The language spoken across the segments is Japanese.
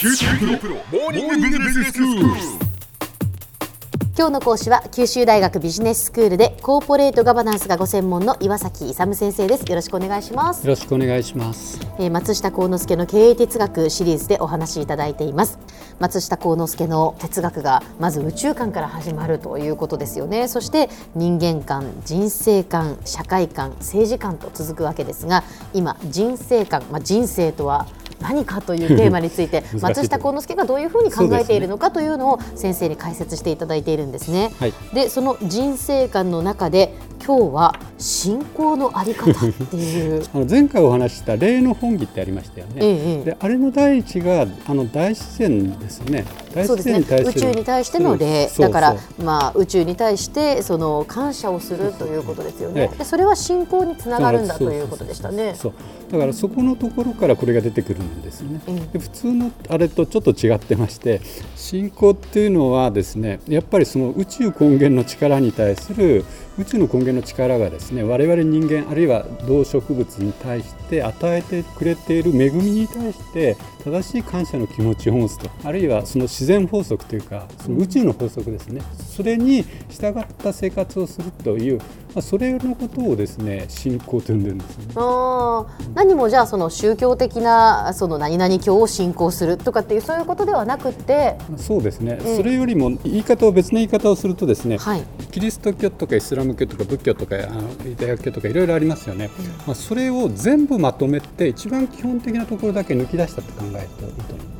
九州大学モーニングビジネススクール。 今日の講師は九州大学ビジネススクールでコーポレートガバナンスがご専門の岩崎勇先生です。よろしくお願いします。 よろしくお願いします。 松下幸之助の経営哲学シリーズでお話しいただいています。松下幸之助の哲学がまず宇宙観から始まるということですよね。そして人間観、人生観、社会観、政治観と続くわけですが、今人生観、人生とは何かというテーマについて松下幸之助がどういうふうに考えているのかというのを先生に解説していただいているんですね。はい、でその人生観の中で今日は信仰のあり方っていう前回お話しした霊の本義ってありましたよね。であれの第一が大自然ですね。 そうですね、宇宙に対しての霊だから、宇宙に対してその感謝をするということですよね。でそれは信仰につながるんだということでしたね。 だからそこのところからこれが出てくるんですね。で普通のあれとちょっと違ってまして、信仰っていうのはですね、やっぱりその宇宙根源の力に対する宇宙の根源の力がですね、我々人間あるいは動植物に対して与えてくれている恵みに対して正しい感謝の気持ちを持つと、あるいはその自然法則というかその宇宙の法則ですね、それに従った生活をするという、それのことをですね信仰と呼んでるんですね。 何もじゃあその宗教的なその何々教を信仰するとかっていうそういうことではなくて、 そうですね、それよりも別の言い方をするとですね、キリスト教とかイスラム教とか仏教とかユダヤ教とかいろいろありますよね。それを全部まとめて一番基本的なところだけ抜き出したと考えていいと思います。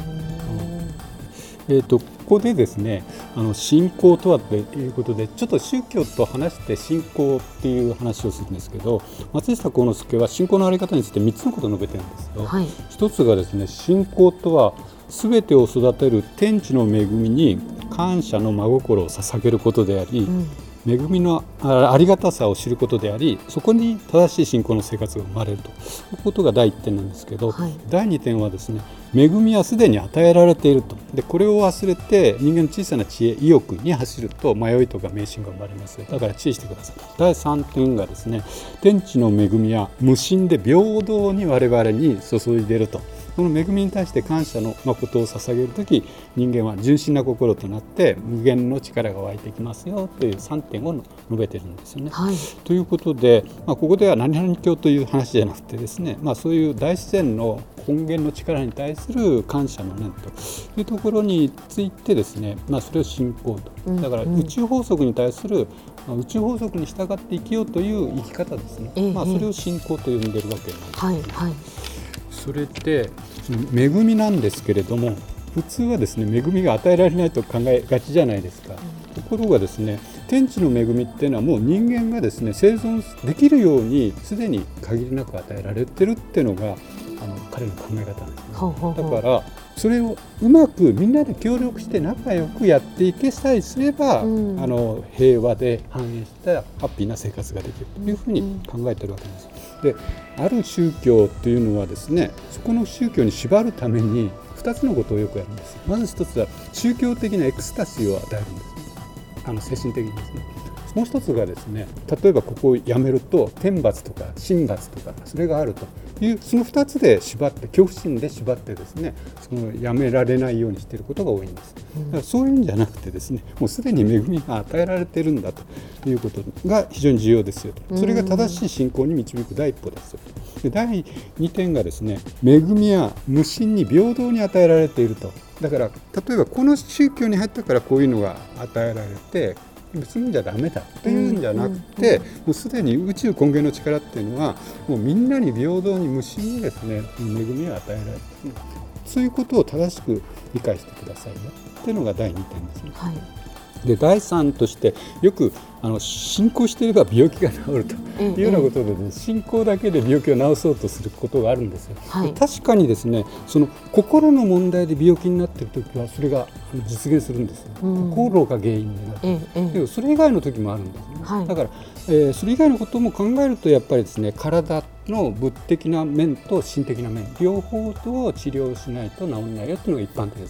ここでですね、信仰とはということでちょっと宗教と話して信仰っていう話をするんですけど、松下幸之助は信仰のあり方について3つのことを述べてるんですよ。一つがですね、信仰とは全てを育てる天地の恵みに感謝の真心を捧げることであり、恵みのありがたさを知ることであり、そこに正しい信仰の生活が生まれるということが第一点なんですけど、第二点はですね、恵みはすでに与えられていると。でこれを忘れて人間の小さな知恵意欲に走ると迷いとか迷信が生まれます。だから注意してください。第三点がですね、天地の恵みは無心で平等に我々に注いでいると。この恵みに対して感謝の誠を捧げるとき、人間は純真な心となって無限の力が湧いてきますよという3点を述べてるんですよね。ということで、ここでは何々教という話じゃなくてですね、そういう大自然の根源の力に対する感謝の念というところについてですね、それを信仰と。だから宇宙法則に対する宇宙法則に従って生きようという生き方ですね。それを信仰と呼んでるわけなんです。それで恵みなんですけれども、普通はですね恵みが与えられないと考えがちじゃないですか。ところがですね、天地の恵みっていうのはもう人間がですね生存できるようにすでに限りなく与えられてるっていうのが彼の考え方なんですね。だからそれをうまくみんなで協力して仲良くやっていけさえすれば、平和で繁栄したハッピーな生活ができるというふうに考えてるわけです。である宗教というのはですね、そこの宗教に縛るために2つのことをよくやるんです。まず1つは宗教的なエクスタシーを与えるんですね。精神的にですね。もう一つがですね、例えばここをやめると天罰とか神罰とかそれがあるというその2つで縛って恐怖心で縛ってですね、そのやめられないようにしていることが多いんです。だからそういうんじゃなくてですね、もうすでに恵みが与えられているんだということが非常に重要ですよと。それが正しい信仰に導く第一歩ですよと。で第2点がですね、恵みは無心に平等に与えられていると。だから例えばこの宗教に入ったからこういうのが与えられて別にじゃダメだというんじゃなくて、もうすでに宇宙根源の力っていうのはもうみんなに平等に無心にですね恵みを与えられている。そういうことを正しく理解してくださいよっていうのが第2点ですね。で第3としてよく信仰していれば病気が治るというようなことで、信仰だけで病気を治そうとすることがあるんですよ。確かにですね、その心の問題で病気になっているときはそれが実現するんです。心が原因になってでもそれ以外の時もあるんですね。だから、それ以外のことも考えるとやっぱりですね、体の物的な面と心的な面両方と治療しないと治らないよというのが一般的です。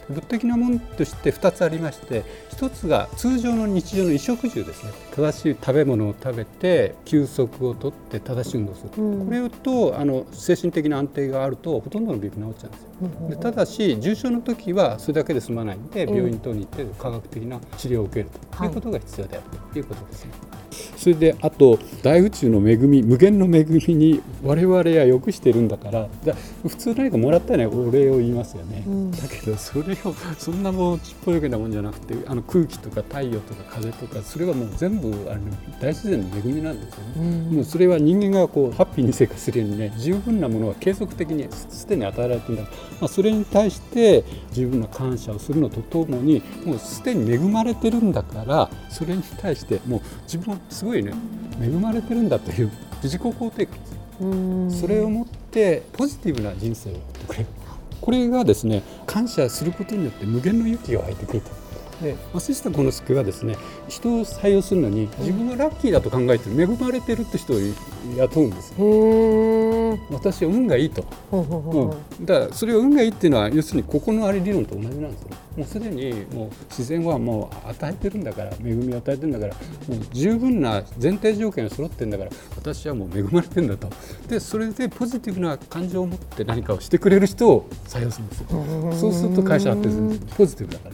物的なものとして2つありまして、1つが通常の日常の衣食住ですね。正しい食べ物を食べて休息をとって正しい運動をする、これと精神的な安定があるとほとんどの病気治っちゃうんですよ。でただし重症の時はそれだけで済まないので、病院等に行って科学的な治療を受けるということが必要であるということですね。それであと大宇宙の恵み、無限の恵みに我々は良くしてるんだから、普通何かもらったらお礼を言いますよね、だけどそれをそんなもうちっぽよけなもんじゃなくて、空気とか太陽とか風とかそれはもう全部大自然の恵みなんですよね。もうそれは人間がハッピーに生活するようにね、十分なものは継続的にすでに与えられているんだ、それに対して十分な感謝をするのとともに、もうすでに恵まれてるんだから、それに対してもう自分はすごいね恵まれてるんだという自己肯定感です。それをもってポジティブな人生を送ってくれる。これがですね、感謝することによって無限の勇気が湧いてくると。で松下幸之助はですね、人を採用するのに自分はラッキーだと考えて恵まれてるって人を雇うんです。私は運がいいと、だからそれは運がいいっていうのは要するにここのあり理論と同じなんですよ。もうすでにもう自然はもう与えてるんだから、恵みを与えてるんだから、もう十分な前提条件が揃ってるんだから、私はもう恵まれてるんだと。でそれでポジティブな感情を持って何かをしてくれる人を採用するんですよ。そうすると会社はポジティブだから。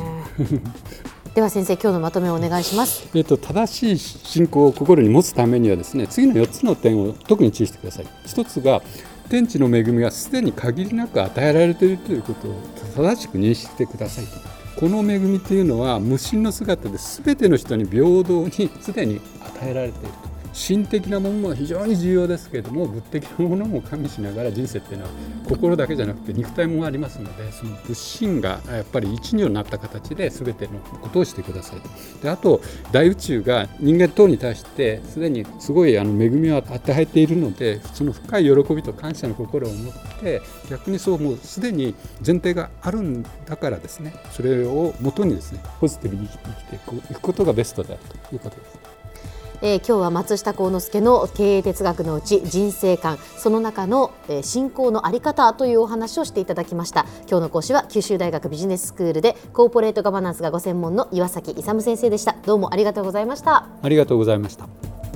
では先生、今日のまとめをお願いします。 正しい信仰を心に持つためにはですね、次の4つの点を特に注意してください。1つが天地の恵みがすでに限りなく与えられているということを正しく認識してくださいと。この恵みというのは無心の姿で全ての人に平等にすでに与えられていると。心的なものも非常に重要ですけれども、物的なものも加味しながら人生っていうのは心だけじゃなくて肉体もありますので、その物心がやっぱり一如になった形で全てのことをしてくださいと。であと大宇宙が人間等に対してすでにすごい恵みを与えているので、その深い喜びと感謝の心を持って逆にそうもうすでに前提があるんだからですね、それをもとにですねポジティブに生きていくことがベストであるということです。 今日は松下幸之助の経営哲学のうち人生観、その中の信仰のあり方というお話をしていただきました。今日の講師は九州大学ビジネススクールでコーポレートガバナンスがご専門の岩崎勇先生でした。どうもありがとうございました。 ありがとうございました。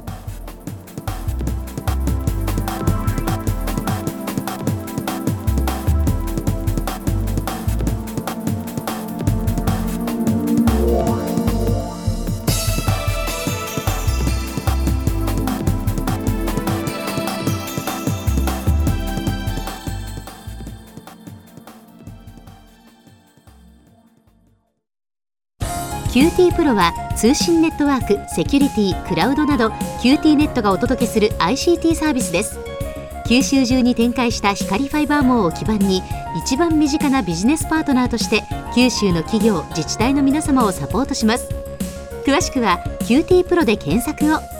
QT プロは通信ネットワーク、セキュリティ、クラウドなど QT ネットがお届けする ICT サービスです。九州中に展開した光ファイバー網を基盤に一番身近なビジネスパートナーとして九州の企業、自治体の皆様をサポートします。詳しくは QT プロで検索を。